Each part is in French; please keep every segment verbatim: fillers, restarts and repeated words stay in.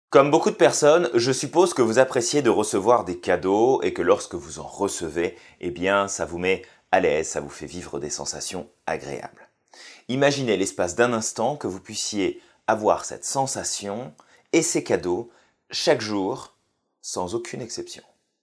Comme beaucoup de personnes, je suppose que vous appréciez de recevoir des cadeaux et que lorsque vous en recevez, eh bien, ça vous met à l'aise, ça vous fait vivre des sensations agréables. Imaginez l'espace d'un instant que vous puissiez avoir cette sensation et ces cadeaux chaque jour, sans aucune exception.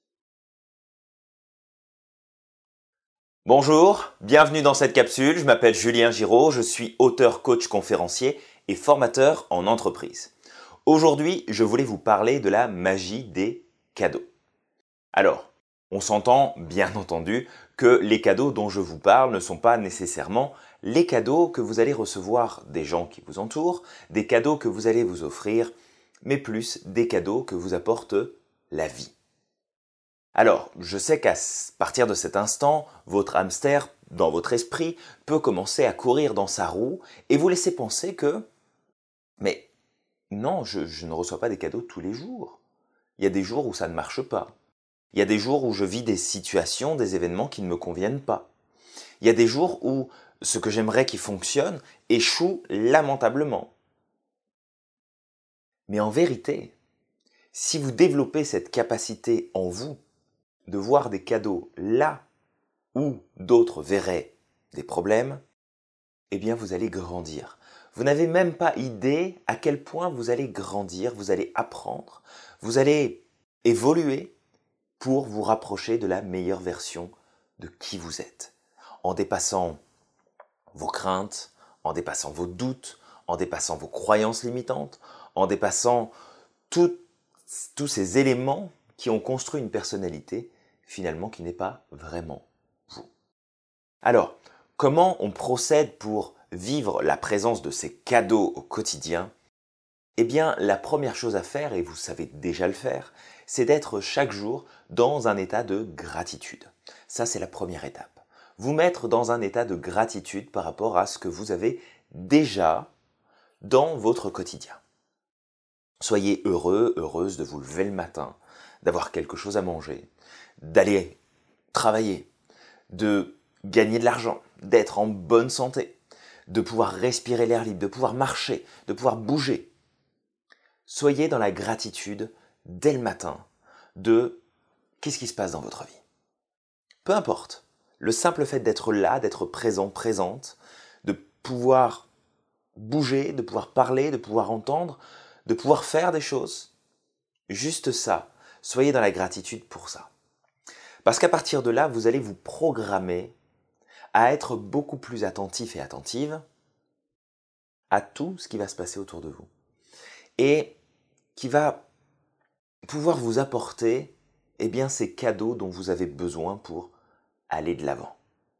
Bonjour, bienvenue dans cette capsule, je m'appelle Julien Giraud, je suis auteur, coach, conférencier et formateur en entreprise. Aujourd'hui, je voulais vous parler de la magie des cadeaux. Alors, on s'entend bien entendu que les cadeaux dont je vous parle ne sont pas nécessairement les cadeaux que vous allez recevoir des gens qui vous entourent, des cadeaux que vous allez vous offrir, mais plus des cadeaux que vous apporte la vie. Alors, je sais qu'à partir de cet instant, votre hamster, dans votre esprit, peut commencer à courir dans sa roue et vous laisser penser que « mais non, je, je ne reçois pas des cadeaux tous les jours. Il y a des jours où ça ne marche pas. Il y a des jours où je vis des situations, des événements qui ne me conviennent pas. Il y a des jours où ce que j'aimerais qui fonctionne échoue lamentablement. » Mais en vérité, si vous développez cette capacité en vous de voir des cadeaux là où d'autres verraient des problèmes, eh bien vous allez grandir. Vous n'avez même pas idée à quel point vous allez grandir, vous allez apprendre, vous allez évoluer pour vous rapprocher de la meilleure version de qui vous êtes. En dépassant vos craintes, en dépassant vos doutes, en dépassant vos croyances limitantes, en dépassant tout, tous ces éléments qui ont construit une personnalité finalement qui n'est pas vraiment vous. Alors, comment on procède pour vivre la présence de ces cadeaux au quotidien? Eh bien, la première chose à faire, et vous savez déjà le faire, c'est d'être chaque jour dans un état de gratitude. Ça, c'est la première étape. Vous mettre dans un état de gratitude par rapport à ce que vous avez déjà dans votre quotidien. Soyez heureux, heureuse de vous lever le matin, d'avoir quelque chose à manger, d'aller travailler, de gagner de l'argent, d'être en bonne santé, de pouvoir respirer l'air libre, de pouvoir marcher, de pouvoir bouger. Soyez dans la gratitude dès le matin de qu'est-ce qui se passe dans votre vie. Peu importe, le simple fait d'être là, d'être présent, présente, de pouvoir bouger, de pouvoir parler, de pouvoir entendre, de pouvoir faire des choses, juste ça, soyez dans la gratitude pour ça. Parce qu'à partir de là, vous allez vous programmer à être beaucoup plus attentif et attentive à tout ce qui va se passer autour de vous. Et qui va pouvoir vous apporter eh bien, ces cadeaux dont vous avez besoin pour aller de l'avant.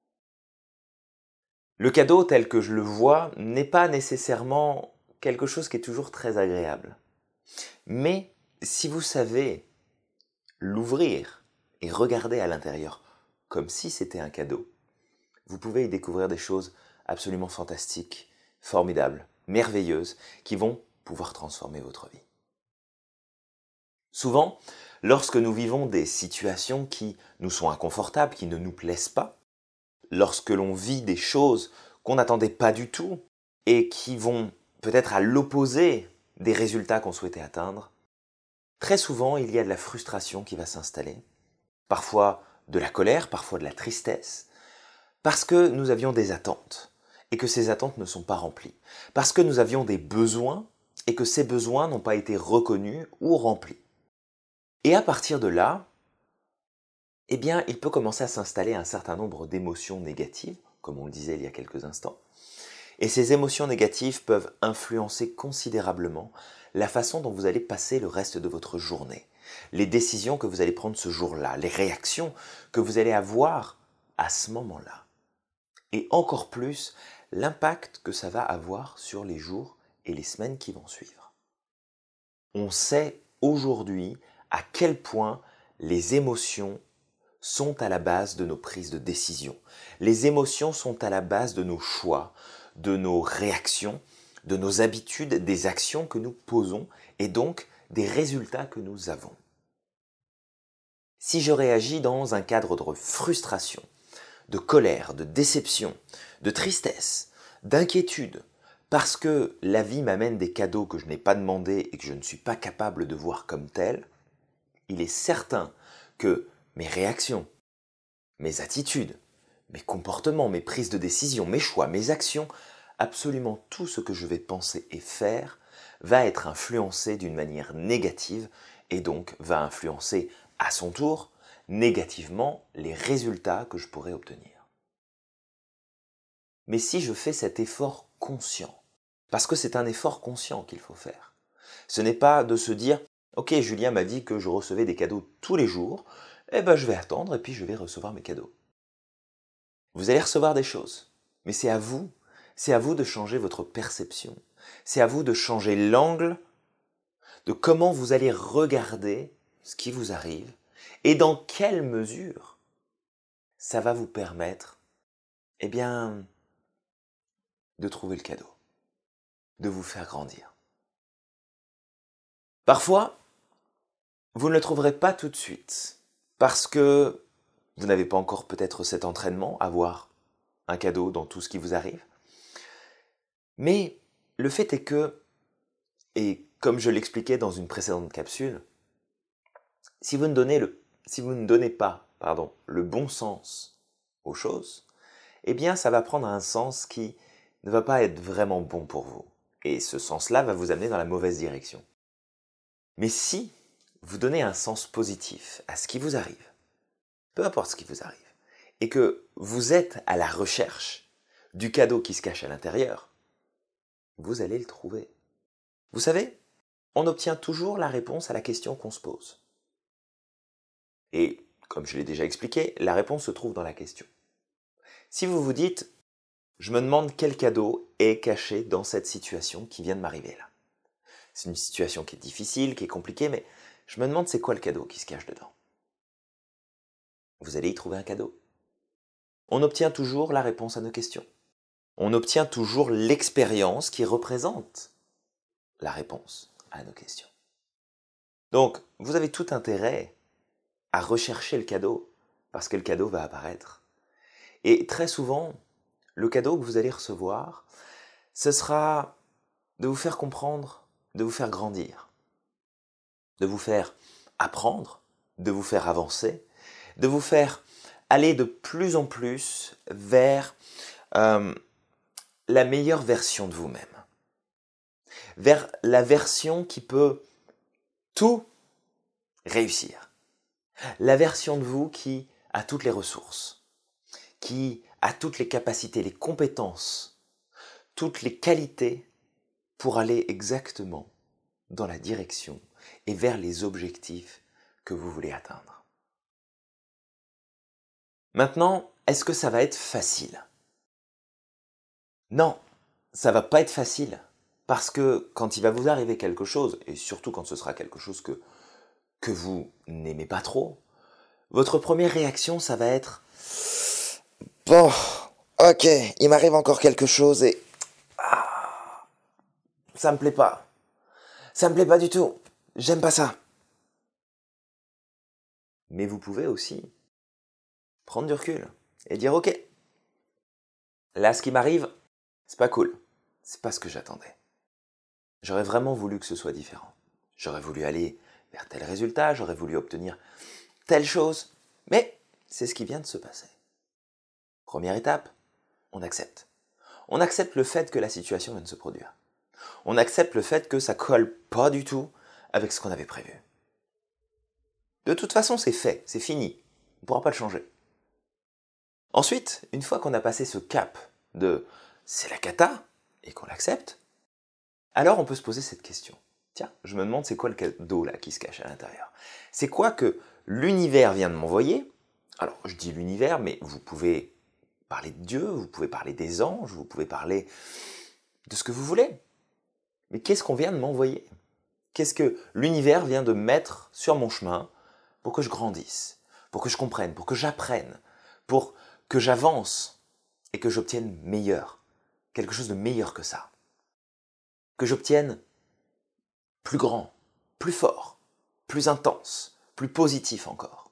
Le cadeau tel que je le vois n'est pas nécessairement quelque chose qui est toujours très agréable. Mais si vous savez l'ouvrir et regarder à l'intérieur comme si c'était un cadeau, vous pouvez y découvrir des choses absolument fantastiques, formidables, merveilleuses, qui vont pouvoir transformer votre vie. Souvent, lorsque nous vivons des situations qui nous sont inconfortables, qui ne nous plaisent pas, lorsque l'on vit des choses qu'on n'attendait pas du tout et qui vont peut-être à l'opposé des résultats qu'on souhaitait atteindre, très souvent il y a de la frustration qui va s'installer, parfois de la colère, parfois de la tristesse, parce que nous avions des attentes et que ces attentes ne sont pas remplies, parce que nous avions des besoins et que ces besoins n'ont pas été reconnus ou remplis. Et à partir de là, eh bien, il peut commencer à s'installer un certain nombre d'émotions négatives, comme on le disait il y a quelques instants. Et ces émotions négatives peuvent influencer considérablement la façon dont vous allez passer le reste de votre journée, les décisions que vous allez prendre ce jour-là, les réactions que vous allez avoir à ce moment-là. Et encore plus, l'impact que ça va avoir sur les jours et les semaines qui vont suivre. On sait aujourd'hui à quel point les émotions sont à la base de nos prises de décision. Les émotions sont à la base de nos choix, de nos réactions, de nos habitudes, des actions que nous posons et donc des résultats que nous avons. Si je réagis dans un cadre de frustration, de colère, de déception, de tristesse, d'inquiétude, parce que la vie m'amène des cadeaux que je n'ai pas demandés et que je ne suis pas capable de voir comme tels, il est certain que mes réactions, mes attitudes, mes comportements, mes prises de décision, mes choix, mes actions, absolument tout ce que je vais penser et faire va être influencé d'une manière négative et donc va influencer à son tour négativement les résultats que je pourrais obtenir. Mais si je fais cet effort conscient, parce que c'est un effort conscient qu'il faut faire, ce n'est pas de se dire « Ok, Julien m'a dit que je recevais des cadeaux tous les jours, eh ben je vais attendre et puis je vais recevoir mes cadeaux. » Vous allez recevoir des choses, mais c'est à vous, c'est à vous de changer votre perception, c'est à vous de changer l'angle de comment vous allez regarder ce qui vous arrive et dans quelle mesure ça va vous permettre, eh bien, de trouver le cadeau, de vous faire grandir. Parfois, vous ne le trouverez pas tout de suite, parce que vous n'avez pas encore peut-être cet entraînement à voir un cadeau dans tout ce qui vous arrive. Mais le fait est que, et comme je l'expliquais dans une précédente capsule, si vous ne donnez, le, si vous ne donnez pas pardon, le bon sens aux choses, eh bien ça va prendre un sens qui ne va pas être vraiment bon pour vous. Et ce sens-là va vous amener dans la mauvaise direction. Mais si vous donnez un sens positif à ce qui vous arrive, peu importe ce qui vous arrive, et que vous êtes à la recherche du cadeau qui se cache à l'intérieur, vous allez le trouver. Vous savez, on obtient toujours la réponse à la question qu'on se pose. Et, comme je l'ai déjà expliqué, la réponse se trouve dans la question. Si vous vous dites « Je me demande quel cadeau est caché dans cette situation qui vient de m'arriver là. » C'est une situation qui est difficile, qui est compliquée, mais je me demande c'est quoi le cadeau qui se cache dedans. Vous allez y trouver un cadeau. On obtient toujours la réponse à nos questions. On obtient toujours l'expérience qui représente la réponse à nos questions. Donc, vous avez tout intérêt à rechercher le cadeau, parce que le cadeau va apparaître. Et très souvent, le cadeau que vous allez recevoir, ce sera de vous faire comprendre, de vous faire grandir, de vous faire apprendre, de vous faire avancer, de vous faire aller de plus en plus vers euh, la meilleure version de vous-même, vers la version qui peut tout réussir, la version de vous qui a toutes les ressources, qui a toutes les capacités, les compétences, toutes les qualités pour aller exactement dans la direction et vers les objectifs que vous voulez atteindre. Maintenant, est-ce que ça va être facile ? Non, ça va pas être facile. Parce que quand il va vous arriver quelque chose, et surtout quand ce sera quelque chose que, que vous n'aimez pas trop, votre première réaction, ça va être « Bon, ok, il m'arrive encore quelque chose et... Ah, ça me plaît pas. Ça me plaît pas du tout. J'aime pas ça. » Mais vous pouvez aussi prendre du recul et dire « Ok, là ce qui m'arrive, c'est pas cool. C'est pas ce que j'attendais. J'aurais vraiment voulu que ce soit différent. J'aurais voulu aller vers tel résultat, j'aurais voulu obtenir telle chose, mais c'est ce qui vient de se passer. » Première étape, on accepte. On accepte le fait que la situation vient de se produire. On accepte le fait que ça colle pas du tout avec ce qu'on avait prévu. De toute façon, c'est fait, c'est fini. On ne pourra pas le changer. Ensuite, une fois qu'on a passé ce cap de c'est la cata et qu'on l'accepte, alors on peut se poser cette question. Tiens, je me demande c'est quoi le cadeau là qui se cache à l'intérieur. C'est quoi que l'univers vient de m'envoyer? Alors, je dis l'univers, mais vous pouvez parler de Dieu, vous pouvez parler des anges, vous pouvez parler de ce que vous voulez. Mais qu'est-ce qu'on vient de m'envoyer? Qu'est-ce que l'univers vient de mettre sur mon chemin pour que je grandisse, pour que je comprenne, pour que j'apprenne, pour que j'avance et que j'obtienne meilleur, quelque chose de meilleur que ça. Que j'obtienne plus grand, plus fort, plus intense, plus positif encore.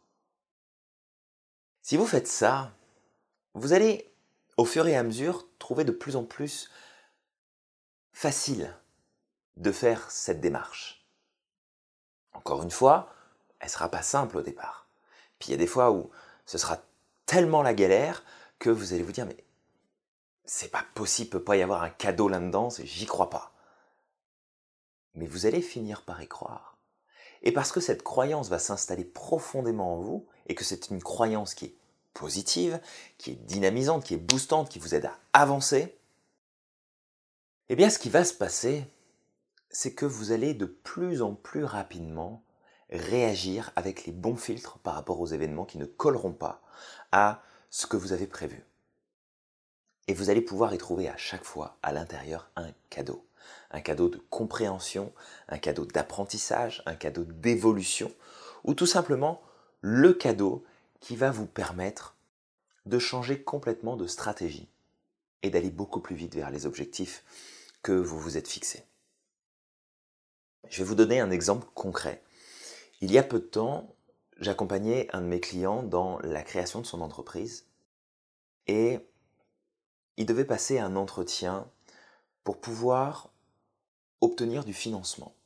Si vous faites ça, vous allez, au fur et à mesure, trouver de plus en plus facile de faire cette démarche. Encore une fois, elle ne sera pas simple au départ. Puis il y a des fois où ce sera tellement la galère que vous allez vous dire « mais c'est pas possible, il ne peut pas y avoir un cadeau là-dedans, j'y crois pas ». Mais vous allez finir par y croire. Et parce que cette croyance va s'installer profondément en vous, et que c'est une croyance qui est positive, qui est dynamisante, qui est boostante, qui vous aide à avancer, eh bien ce qui va se passer, c'est que vous allez de plus en plus rapidement réagir avec les bons filtres par rapport aux événements qui ne colleront pas à ce que vous avez prévu. Et vous allez pouvoir y trouver à chaque fois à l'intérieur un cadeau. Un cadeau de compréhension, un cadeau d'apprentissage, un cadeau d'évolution, ou tout simplement le cadeau qui va vous permettre de changer complètement de stratégie et d'aller beaucoup plus vite vers les objectifs que vous vous êtes fixés. Je vais vous donner un exemple concret. Il y a peu de temps, j'accompagnais un de mes clients dans la création de son entreprise et il devait passer un entretien pour pouvoir obtenir du financement.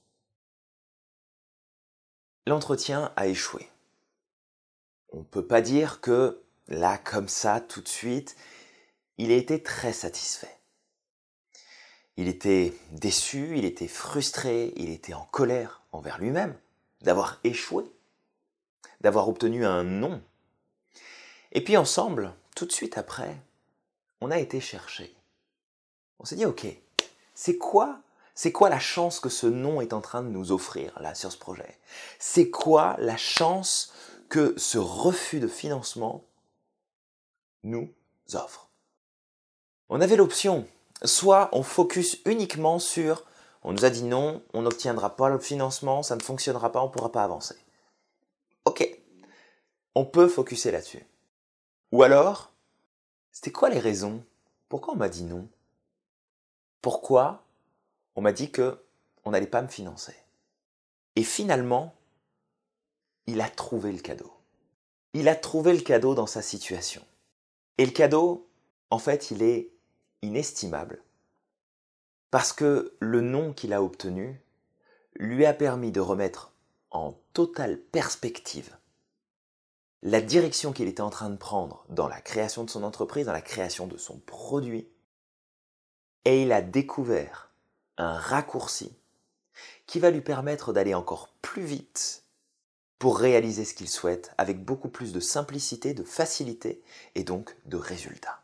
L'entretien a échoué. On ne peut pas dire que là, comme ça, tout de suite, il a été très satisfait. Il était déçu, il était frustré, il était en colère envers lui-même d'avoir échoué, d'avoir obtenu un non. Et puis ensemble, tout de suite après, on a été chercher. On s'est dit, ok, c'est quoi, c'est quoi la chance que ce non est en train de nous offrir là sur ce projet? C'est quoi la chance que ce refus de financement nous offre? On avait l'option, soit on focus uniquement sur, on nous a dit non, on n'obtiendra pas le financement, ça ne fonctionnera pas, on ne pourra pas avancer. Ok, on peut focuser là-dessus. Ou alors, c'était quoi les raisons? Pourquoi on m'a dit non? Pourquoi on m'a dit que on n'allait pas me financer? Et finalement, il a trouvé le cadeau. Il a trouvé le cadeau dans sa situation. Et le cadeau, en fait, il est inestimable. Parce que le non qu'il a obtenu lui a permis de remettre en totale perspective la direction qu'il était en train de prendre dans la création de son entreprise, dans la création de son produit. Et il a découvert un raccourci qui va lui permettre d'aller encore plus vite pour réaliser ce qu'il souhaite avec beaucoup plus de simplicité, de facilité et donc de résultats.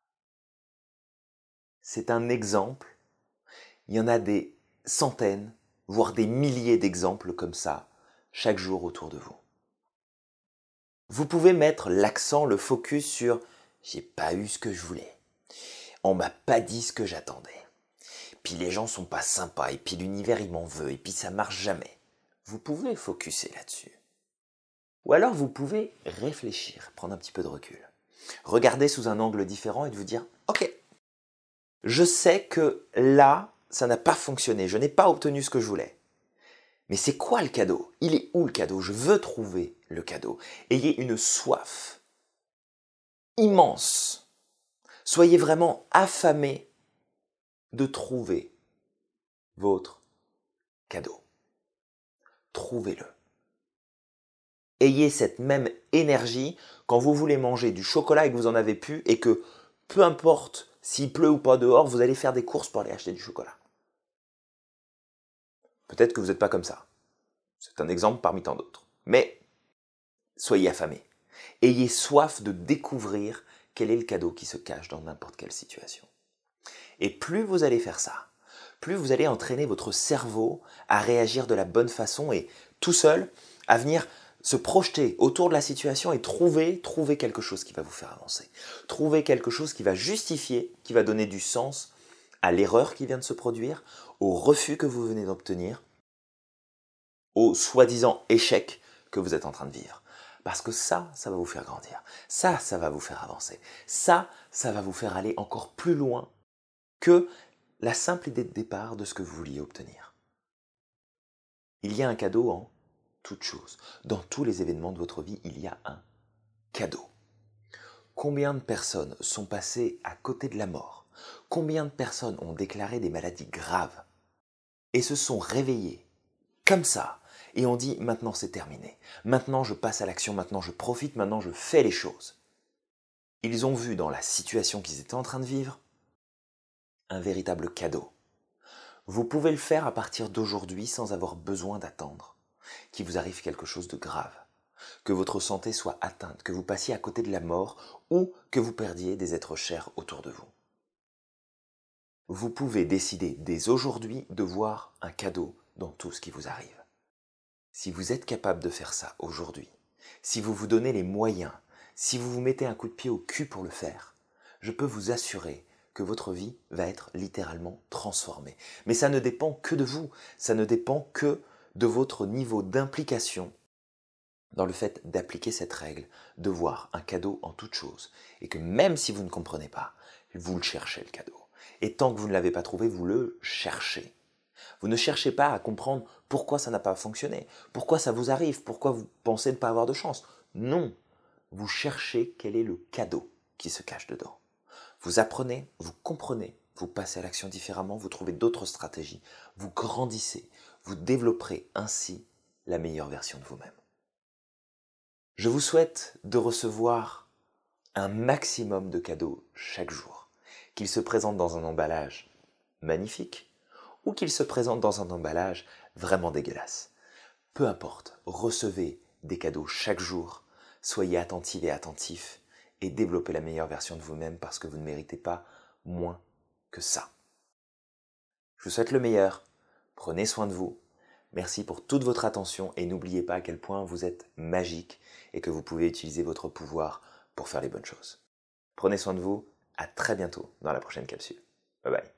C'est un exemple. Il y en a des centaines, voire des milliers d'exemples comme ça chaque jour autour de vous. Vous pouvez mettre l'accent, le focus sur « j'ai pas eu ce que je voulais, on m'a pas dit ce que j'attendais, puis les gens sont pas sympas, et puis l'univers il m'en veut, et puis ça marche jamais ». Vous pouvez focuser là-dessus. Ou alors vous pouvez réfléchir, prendre un petit peu de recul, regarder sous un angle différent et de vous dire « ok, je sais que là, ça n'a pas fonctionné, je n'ai pas obtenu ce que je voulais. Mais c'est quoi le cadeau? Il est où le cadeau? Je veux trouver le cadeau. » Ayez une soif immense. Soyez vraiment affamés de trouver votre cadeau. Trouvez-le. Ayez cette même énergie quand vous voulez manger du chocolat et que vous en avez plus et que peu importe s'il pleut ou pas dehors, vous allez faire des courses pour aller acheter du chocolat. Peut-être que vous n'êtes pas comme ça. C'est un exemple parmi tant d'autres. Mais soyez affamés. Ayez soif de découvrir quel est le cadeau qui se cache dans n'importe quelle situation. Et plus vous allez faire ça, plus vous allez entraîner votre cerveau à réagir de la bonne façon et tout seul à venir se projeter autour de la situation et trouver, trouver quelque chose qui va vous faire avancer. Trouver quelque chose qui va justifier, qui va donner du sens à l'erreur qui vient de se produire, au refus que vous venez d'obtenir, au soi-disant échec que vous êtes en train de vivre. Parce que ça, ça va vous faire grandir. Ça, ça va vous faire avancer. Ça, ça va vous faire aller encore plus loin que la simple idée de départ de ce que vous vouliez obtenir. Il y a un cadeau en toute chose. Dans tous les événements de votre vie, il y a un cadeau. Combien de personnes sont passées à côté de la mort Combien de personnes ont déclaré des maladies graves et se sont réveillées comme ça et ont dit maintenant c'est terminé, maintenant je passe à l'action, maintenant je profite, maintenant je fais les choses. Ils ont vu dans la situation qu'ils étaient en train de vivre un véritable cadeau. Vous pouvez le faire à partir d'aujourd'hui sans avoir besoin d'attendre qu'il vous arrive quelque chose de grave, que votre santé soit atteinte, que vous passiez à côté de la mort ou que vous perdiez des êtres chers autour de vous. Vous pouvez décider dès aujourd'hui de voir un cadeau dans tout ce qui vous arrive. Si vous êtes capable de faire ça aujourd'hui, si vous vous donnez les moyens, si vous vous mettez un coup de pied au cul pour le faire, je peux vous assurer que votre vie va être littéralement transformée. Mais ça ne dépend que de vous, ça ne dépend que de votre niveau d'implication dans le fait d'appliquer cette règle, de voir un cadeau en toute chose, et que même si vous ne comprenez pas, vous le cherchez le cadeau. Et tant que vous ne l'avez pas trouvé, vous le cherchez. Vous ne cherchez pas à comprendre pourquoi ça n'a pas fonctionné, pourquoi ça vous arrive, pourquoi vous pensez ne pas avoir de chance. Non, vous cherchez quel est le cadeau qui se cache dedans. Vous apprenez, vous comprenez, vous passez à l'action différemment, vous trouvez d'autres stratégies, vous grandissez, vous développerez ainsi la meilleure version de vous-même. Je vous souhaite de recevoir un maximum de cadeaux chaque jour, qu'ils se présentent dans un emballage magnifique ou qu'ils se présentent dans un emballage vraiment dégueulasse. Peu importe, recevez des cadeaux chaque jour, soyez attentive et attentif et développez la meilleure version de vous-même parce que vous ne méritez pas moins que ça. Je vous souhaite le meilleur, prenez soin de vous, merci pour toute votre attention et n'oubliez pas à quel point vous êtes magique et que vous pouvez utiliser votre pouvoir pour faire les bonnes choses. Prenez soin de vous, à très bientôt dans la prochaine capsule. Bye bye.